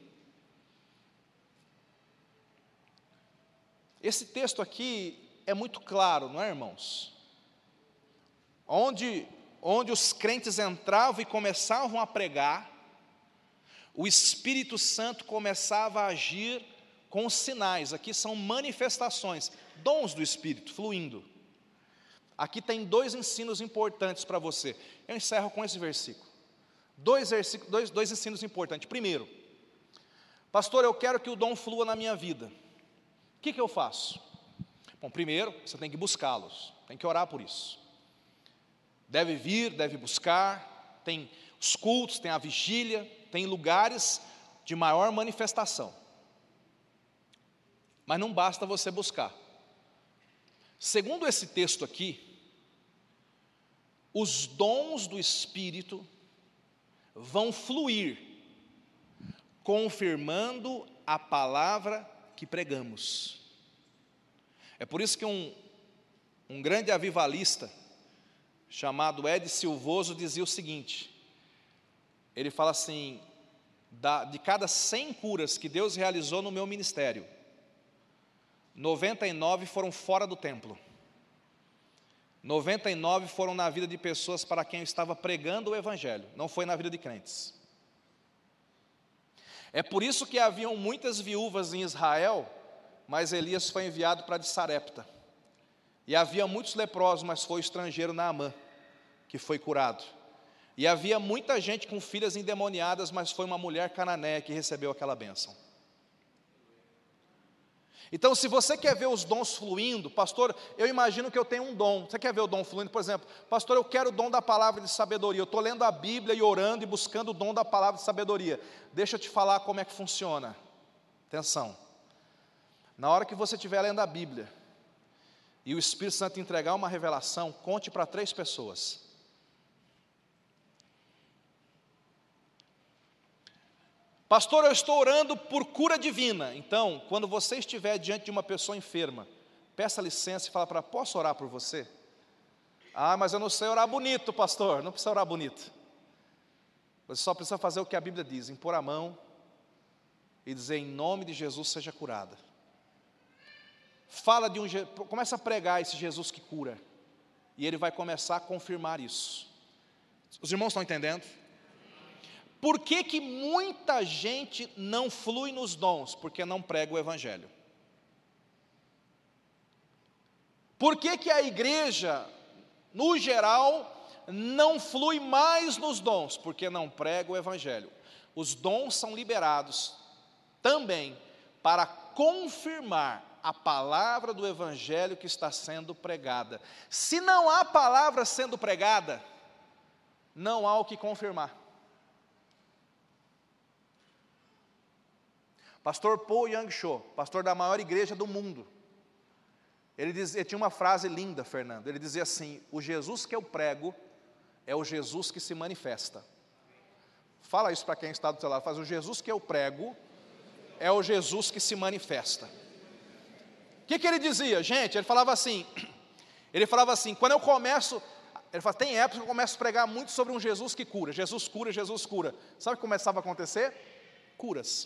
Esse texto aqui é muito claro, não é, irmãos? Onde, onde os crentes entravam e começavam a pregar, o Espírito Santo começava a agir com os sinais. Aqui são manifestações, dons do Espírito fluindo. Aqui tem dois ensinos importantes para você. Eu encerro com esse versículo. Dois, versículos, dois, dois ensinos importantes. Primeiro, pastor, eu quero que o dom flua na minha vida. O que, que eu faço? Bom, primeiro, você tem que buscá-los, tem que orar por isso. Deve vir, deve buscar, tem os cultos, tem a vigília, tem lugares de maior manifestação. Mas não basta você buscar. Segundo esse texto aqui, os dons do Espírito vão fluir, confirmando a palavra que pregamos. É por isso que um, um grande avivalista, chamado Ed Silvoso, dizia o seguinte, ele fala assim, da, de cada cem curas que Deus realizou no meu ministério, noventa e nove foram fora do templo. noventa e nove foram na vida de pessoas para quem eu estava pregando o evangelho, não foi na vida de crentes. É por isso que haviam muitas viúvas em Israel, mas Elias foi enviado para de Sarepta. E havia muitos leprosos, mas foi o estrangeiro Naamã que foi curado. E havia muita gente com filhas endemoniadas, mas foi uma mulher cananeia que recebeu aquela bênção. Então, se você quer ver os dons fluindo, pastor, eu imagino que eu tenho um dom. Você quer ver o dom fluindo? Por exemplo, pastor, eu quero o dom da palavra de sabedoria. Eu estou lendo a Bíblia e orando e buscando o dom da palavra de sabedoria. Deixa eu te falar como é que funciona. Atenção. Na hora que você estiver lendo a Bíblia e o Espírito Santo entregar uma revelação, conte para três pessoas. Pastor, eu estou orando por cura divina. Então, quando você estiver diante de uma pessoa enferma, peça licença e fala para ela, posso orar por você? Ah, mas eu não sei orar bonito, pastor. Não precisa orar bonito. Você só precisa fazer o que a Bíblia diz, impor a mão e dizer, em nome de Jesus, seja curada. Fala de um, começa a pregar esse Jesus que cura. E ele vai começar a confirmar isso. Os irmãos estão entendendo? Por que que muita gente não flui nos dons? Porque não prega o evangelho. Por que que a igreja, no geral, não flui mais nos dons? Porque não prega o evangelho. Os dons são liberados também para confirmar a palavra do evangelho que está sendo pregada. Se não há palavra sendo pregada, não há o que confirmar. Pastor Paul Yang-cho, pastor da maior igreja do mundo, ele, diz, ele tinha uma frase linda, Fernando. Ele dizia assim: o Jesus que eu prego é o Jesus que se manifesta. Fala isso para quem está do seu lado. Faz, o Jesus que eu prego é o Jesus que se manifesta. O que, que ele dizia? Gente, ele falava assim, ele falava assim, quando eu começo, ele fala, tem épocas que eu começo a pregar muito sobre um Jesus que cura, Jesus cura, Jesus cura. Sabe o que começava a acontecer? Curas.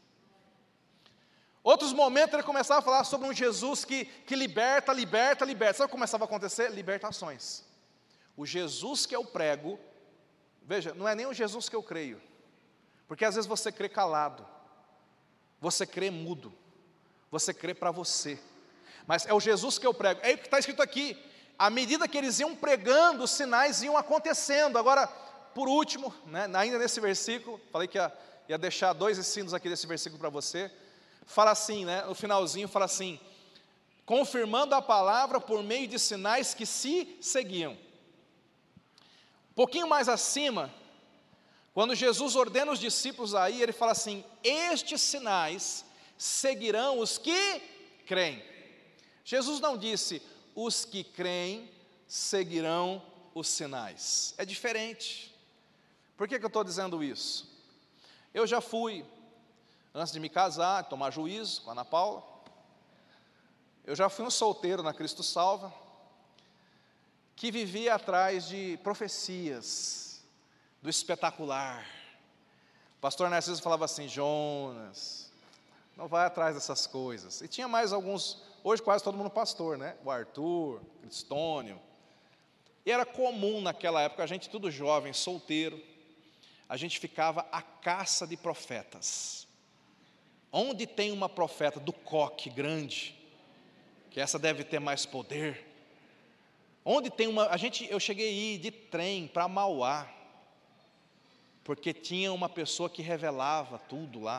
Outros momentos ele começava a falar sobre um Jesus que, que liberta, liberta, liberta. Sabe o que começava a acontecer? Libertações. O Jesus que eu prego, veja, não é nem o Jesus que eu creio. Porque às vezes você crê calado, você crê mudo, você crê para você. Mas é o Jesus que eu prego. É o que está escrito aqui. À medida que eles iam pregando, os sinais iam acontecendo. Agora, por último, né, ainda nesse versículo, falei que ia, ia deixar dois ensinos aqui desse versículo para você. Fala assim, né, no finalzinho fala assim, confirmando a palavra por meio de sinais que se seguiam. Um pouquinho mais acima, quando Jesus ordena os discípulos aí, ele fala assim, estes sinais seguirão os que creem. Jesus não disse, os que creem seguirão os sinais. É diferente. Por que que eu estou dizendo isso? Eu já fui, antes de me casar, tomar juízo com a Ana Paula, eu já fui um solteiro na Cristo Salva, que vivia atrás de profecias, do espetacular. O pastor Narciso falava assim, Jonas, não vai atrás dessas coisas. E tinha mais alguns, hoje quase todo mundo pastor, né? O Arthur, o Cristônio. E era comum naquela época, a gente tudo jovem, solteiro, a gente ficava à caça de profetas. Onde tem uma profeta do coque grande, que essa deve ter mais poder. Onde tem uma, a gente, eu cheguei a ir de trem para Mauá, porque tinha uma pessoa que revelava tudo lá.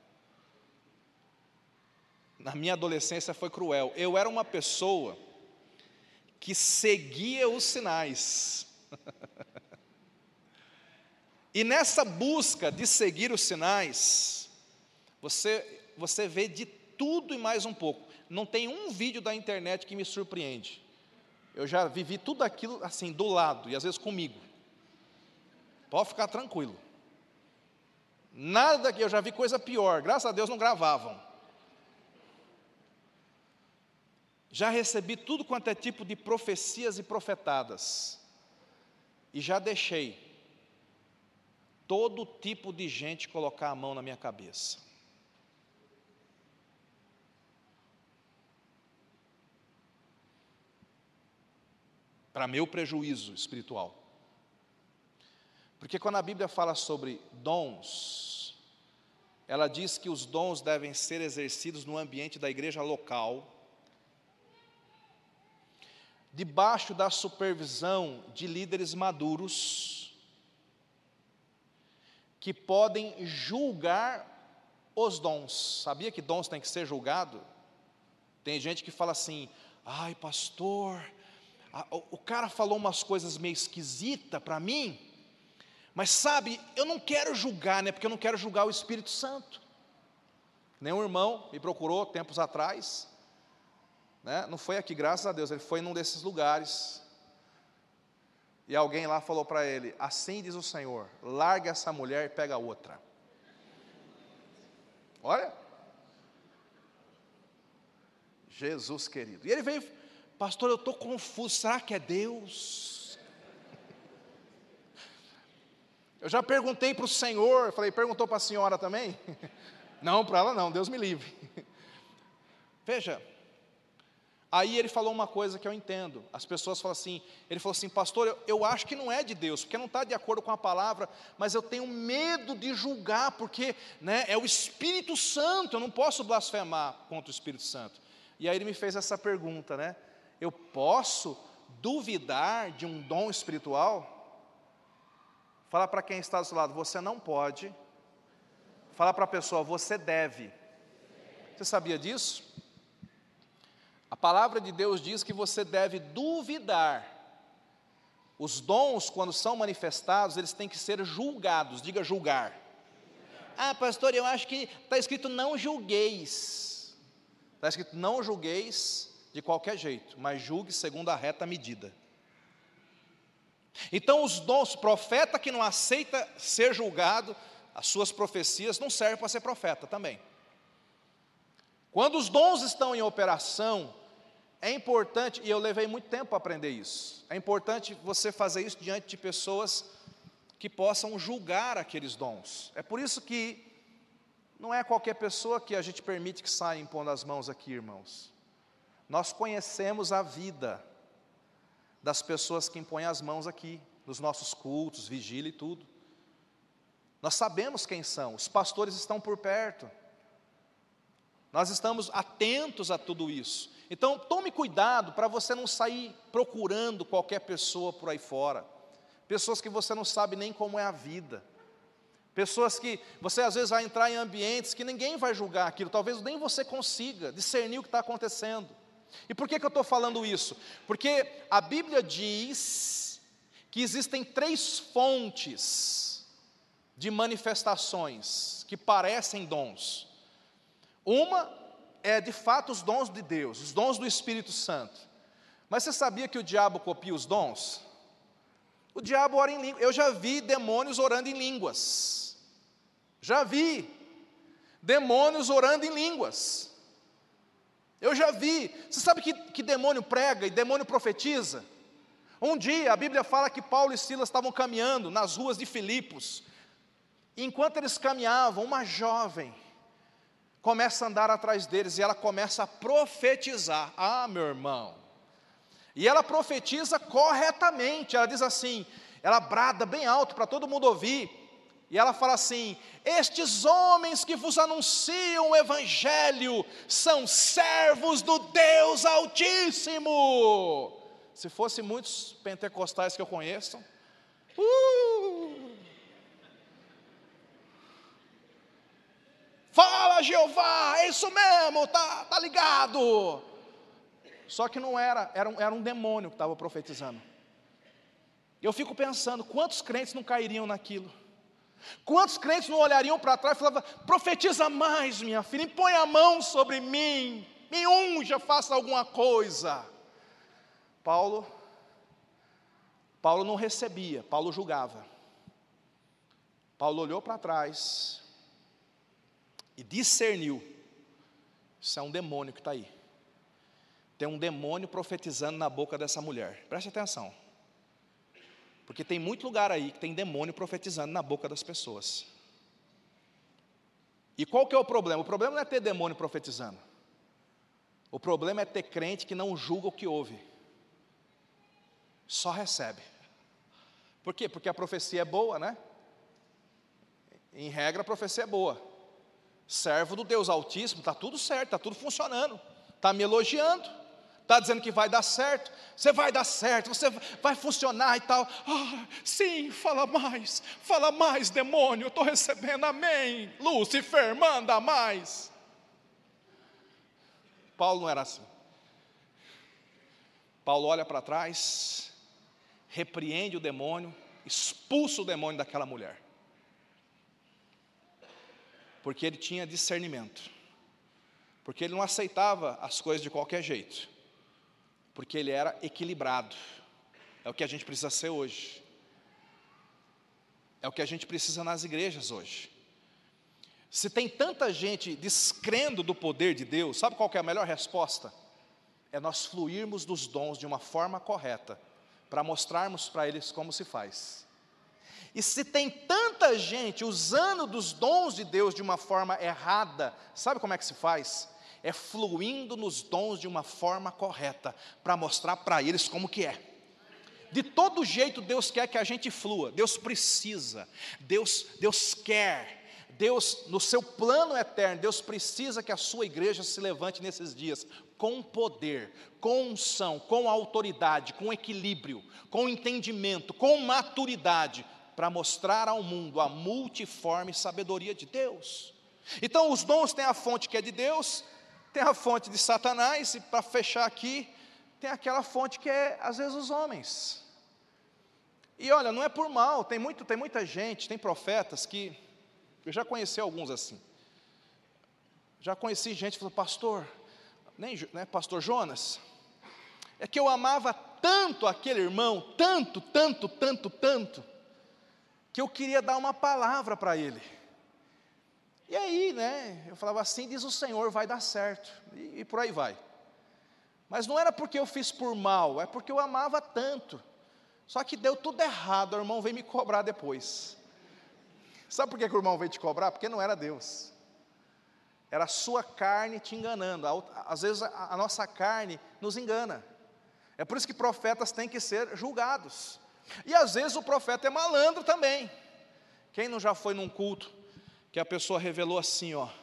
Na minha adolescência foi cruel. Eu era uma pessoa que seguia os sinais. E nessa busca de seguir os sinais, Você, você vê de tudo e mais um pouco. Não tem um vídeo da internet que me surpreende. Eu já vivi tudo aquilo assim, do lado, e às vezes comigo. Pode ficar tranquilo. Nada daqui, eu já vi coisa pior. Graças a Deus não gravavam. Já recebi tudo quanto é tipo de profecias e profetadas. E já deixei todo tipo de gente colocar a mão na minha cabeça. para meu prejuízo espiritual. Porque quando a Bíblia fala sobre dons, ela diz que os dons devem ser exercidos no ambiente da igreja local, debaixo da supervisão de líderes maduros, que podem julgar os dons. Sabia que dons têm que ser julgados? Tem gente que fala assim, ai pastor, a, o, o cara falou umas coisas meio esquisitas para mim, mas sabe, eu não quero julgar, né, porque eu não quero julgar o Espírito Santo. Nem um irmão me procurou tempos atrás, né, não foi aqui, graças a Deus, ele foi num desses lugares, e alguém lá falou para ele, assim diz o Senhor, larga essa mulher e pega outra. Olha, Jesus querido. E ele veio, pastor, eu estou confuso, será que é Deus? Eu já perguntei para o Senhor, falei, perguntou para a senhora também? Não, para ela não, Deus me livre. Veja, aí ele falou uma coisa que eu entendo, as pessoas falam assim, ele falou assim, pastor, eu, eu acho que não é de Deus, porque não está de acordo com a palavra, mas eu tenho medo de julgar, porque né, é o Espírito Santo, eu não posso blasfemar contra o Espírito Santo. E aí ele me fez essa pergunta, né, eu posso duvidar de um dom espiritual? Fala para quem está do seu lado, você não pode. Fala para a pessoa, você deve. Você sabia disso? A palavra de Deus diz que você deve duvidar. Os dons, quando são manifestados, eles têm que ser julgados. Diga julgar. Ah, pastor, eu acho que está escrito não julgueis. Está escrito não julgueis de qualquer jeito, mas julgue segundo a reta medida. Então os dons, profeta que não aceita ser julgado, as suas profecias não servem para ser profeta também. Quando os dons estão em operação, é importante, e eu levei muito tempo para aprender isso, é importante você fazer isso diante de pessoas que possam julgar aqueles dons. É por isso que não é qualquer pessoa que a gente permite que saia impondo as mãos aqui, irmãos. Nós conhecemos a vida das pessoas que impõem as mãos aqui, nos nossos cultos, vigília e tudo. Nós sabemos quem são, os pastores estão por perto. Nós estamos atentos a tudo isso. Então, tome cuidado para você não sair procurando qualquer pessoa por aí fora. Pessoas que você não sabe nem como é a vida. Pessoas que você às vezes vai entrar em ambientes que ninguém vai julgar aquilo, talvez nem você consiga discernir o que está acontecendo. E por que que eu estou falando isso? Porque a Bíblia diz que existem três fontes de manifestações que parecem dons. Uma é de fato os dons de Deus, os dons do Espírito Santo. Mas você sabia que o diabo copia os dons? O diabo ora em línguas. Eu já vi demônios orando em línguas. Já vi demônios orando em línguas. Eu já vi. Você sabe que, que demônio prega e demônio profetiza? Um dia a Bíblia fala que Paulo e Silas estavam caminhando nas ruas de Filipos. E enquanto eles caminhavam, uma jovem começa a andar atrás deles e ela começa a profetizar. Ah, meu irmão. E ela profetiza corretamente. Ela diz assim, ela brada bem alto para todo mundo ouvir. E ela fala assim, estes homens que vos anunciam o Evangelho são servos do Deus Altíssimo. Se fosse muitos pentecostais que eu conheço, uh, fala Jeová, é isso mesmo, tá, tá ligado. Só que não era, era um, era um demônio que estava profetizando. Eu fico pensando, quantos crentes não cairiam naquilo? Quantos crentes não olhariam para trás e falavam, profetiza mais, minha filha, impõe a mão sobre mim, me unja, faça alguma coisa. Paulo, Paulo não recebia, Paulo julgava. Paulo olhou para trás e discerniu, isso é um demônio que está aí. Tem um demônio profetizando na boca dessa mulher, preste atenção. Porque tem muito lugar aí que tem demônio profetizando na boca das pessoas. E qual que é o problema? O problema não é ter demônio profetizando. O problema é ter crente que não julga o que ouve. só recebe. Por quê? Porque a profecia é boa, né? Em regra, a profecia é boa. Servo do Deus Altíssimo, está tudo certo, está tudo funcionando. Está me elogiando, está dizendo que vai dar certo. Você vai dar certo, você vai funcionar e tal. Ah, sim, fala mais, fala mais, demônio, eu estou recebendo, amém. Lúcifer, manda mais. Paulo não era assim. Paulo olha para trás, repreende o demônio, expulsa o demônio daquela mulher. Porque ele tinha discernimento. Porque ele não aceitava as coisas de qualquer jeito. Porque ele era equilibrado. É o que a gente precisa ser hoje. É o que a gente precisa nas igrejas hoje. Se tem tanta gente descrendo do poder de Deus, sabe qual que é a melhor resposta? É nós fluirmos dos dons de uma forma correta, para mostrarmos para eles como se faz. E se tem tanta gente usando dos dons de Deus de uma forma errada, sabe como é que se faz? É fluindo nos dons de uma forma correta, para mostrar para eles como que é. De todo jeito Deus quer que a gente flua, Deus precisa, Deus, Deus quer, Deus no seu plano eterno, Deus precisa que a sua igreja se levante nesses dias, com poder, com unção, com autoridade, com equilíbrio, com entendimento, com maturidade, para mostrar ao mundo a multiforme sabedoria de Deus. Então os dons têm a fonte que é de Deus, tem a fonte de Satanás, e para fechar aqui, tem aquela fonte que é às vezes os homens. E olha, não é por mal, tem, muito, tem muita gente, tem profetas que, eu já conheci alguns assim, já conheci gente que falou, pastor, nem, né, pastor Jonas, é que eu amava tanto aquele irmão, tanto, tanto, tanto, tanto, que eu queria dar uma palavra para ele. E aí, né, eu falava assim, diz o Senhor, vai dar certo, e, e por aí vai. Mas não era porque eu fiz por mal, é porque eu amava tanto. Só que deu tudo errado, o irmão veio me cobrar depois. Sabe por que, que o irmão veio te cobrar? Porque não era Deus. Era a sua carne te enganando. Às vezes a, a nossa carne nos engana. É por isso que profetas têm que ser julgados. E às vezes o profeta é malandro também. Quem não já foi num culto que a pessoa revelou assim, ó, o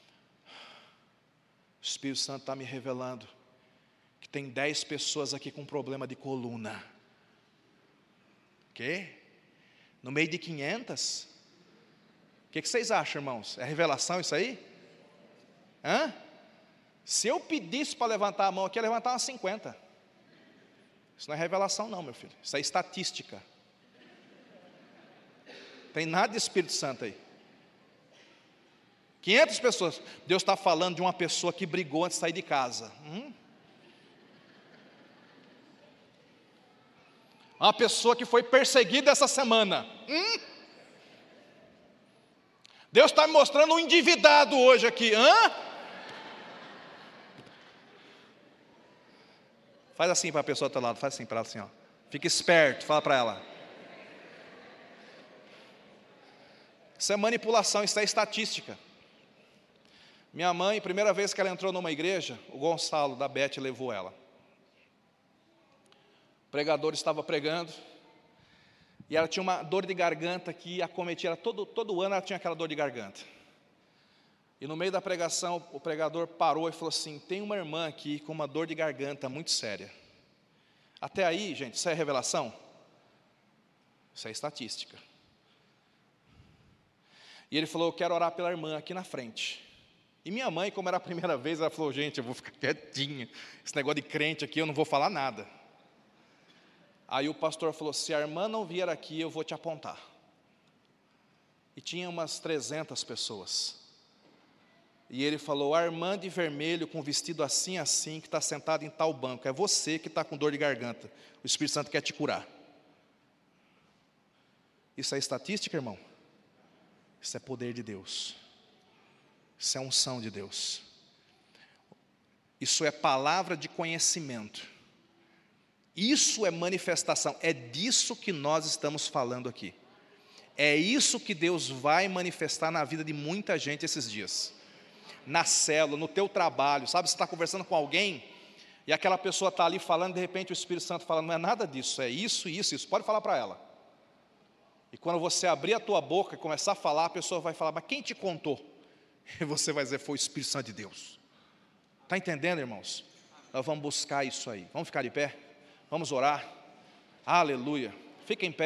Espírito Santo está me revelando que tem dez pessoas aqui com problema de coluna. Quê? No meio de quinhentas? O que, que vocês acham, irmãos? É revelação isso aí? Hã? Se eu pedisse para levantar a mão aqui, eu ia levantar umas cinquenta. Isso não é revelação não, meu filho. Isso é estatística. Tem nada de Espírito Santo aí. quinhentas pessoas. Deus está falando de uma pessoa que brigou antes de sair de casa. Hum? Uma pessoa que foi perseguida essa semana. Hum? Deus está me mostrando um endividado hoje aqui. Hã? Faz assim para a pessoa do teu lado, faz assim para ela assim, ó. Fica esperto, fala para ela. Isso é manipulação, isso é estatística. Minha mãe, primeira vez que ela entrou numa igreja, o Gonçalo da Beth levou ela. O pregador estava pregando, e ela tinha uma dor de garganta que acometia ela, todo, todo ano ela tinha aquela dor de garganta. E no meio da pregação, o pregador parou e falou assim, tem uma irmã aqui com uma dor de garganta muito séria. Até aí, gente, isso é revelação? Isso é estatística. E ele falou, eu quero orar pela irmã aqui na frente. E minha mãe, como era a primeira vez, ela falou, gente, eu vou ficar quietinha, esse negócio de crente aqui, eu não vou falar nada. Aí o pastor falou, se a irmã não vier aqui, eu vou te apontar. E tinha umas trezentas pessoas. E ele falou, a irmã de vermelho, com vestido assim, assim, que está sentada em tal banco, é você que está com dor de garganta. O Espírito Santo quer te curar. Isso é estatística, irmão? Isso é poder de Deus. Isso é unção de Deus. Isso é palavra de conhecimento. Isso é manifestação. É disso que nós estamos falando aqui. É isso que Deus vai manifestar na vida de muita gente esses dias. Na célula, no teu trabalho, sabe? Você está conversando com alguém, E aquela pessoa está ali falando, de repente o Espírito Santo fala, não é nada disso, é isso, isso, isso, pode falar para ela. E quando você abrir a tua boca e começar a falar, a pessoa vai falar, mas quem te contou? E você vai dizer, foi o Espírito Santo de Deus. Está entendendo, irmãos? Nós vamos buscar isso aí. Vamos ficar de pé? Vamos orar? Aleluia. Fica em pé.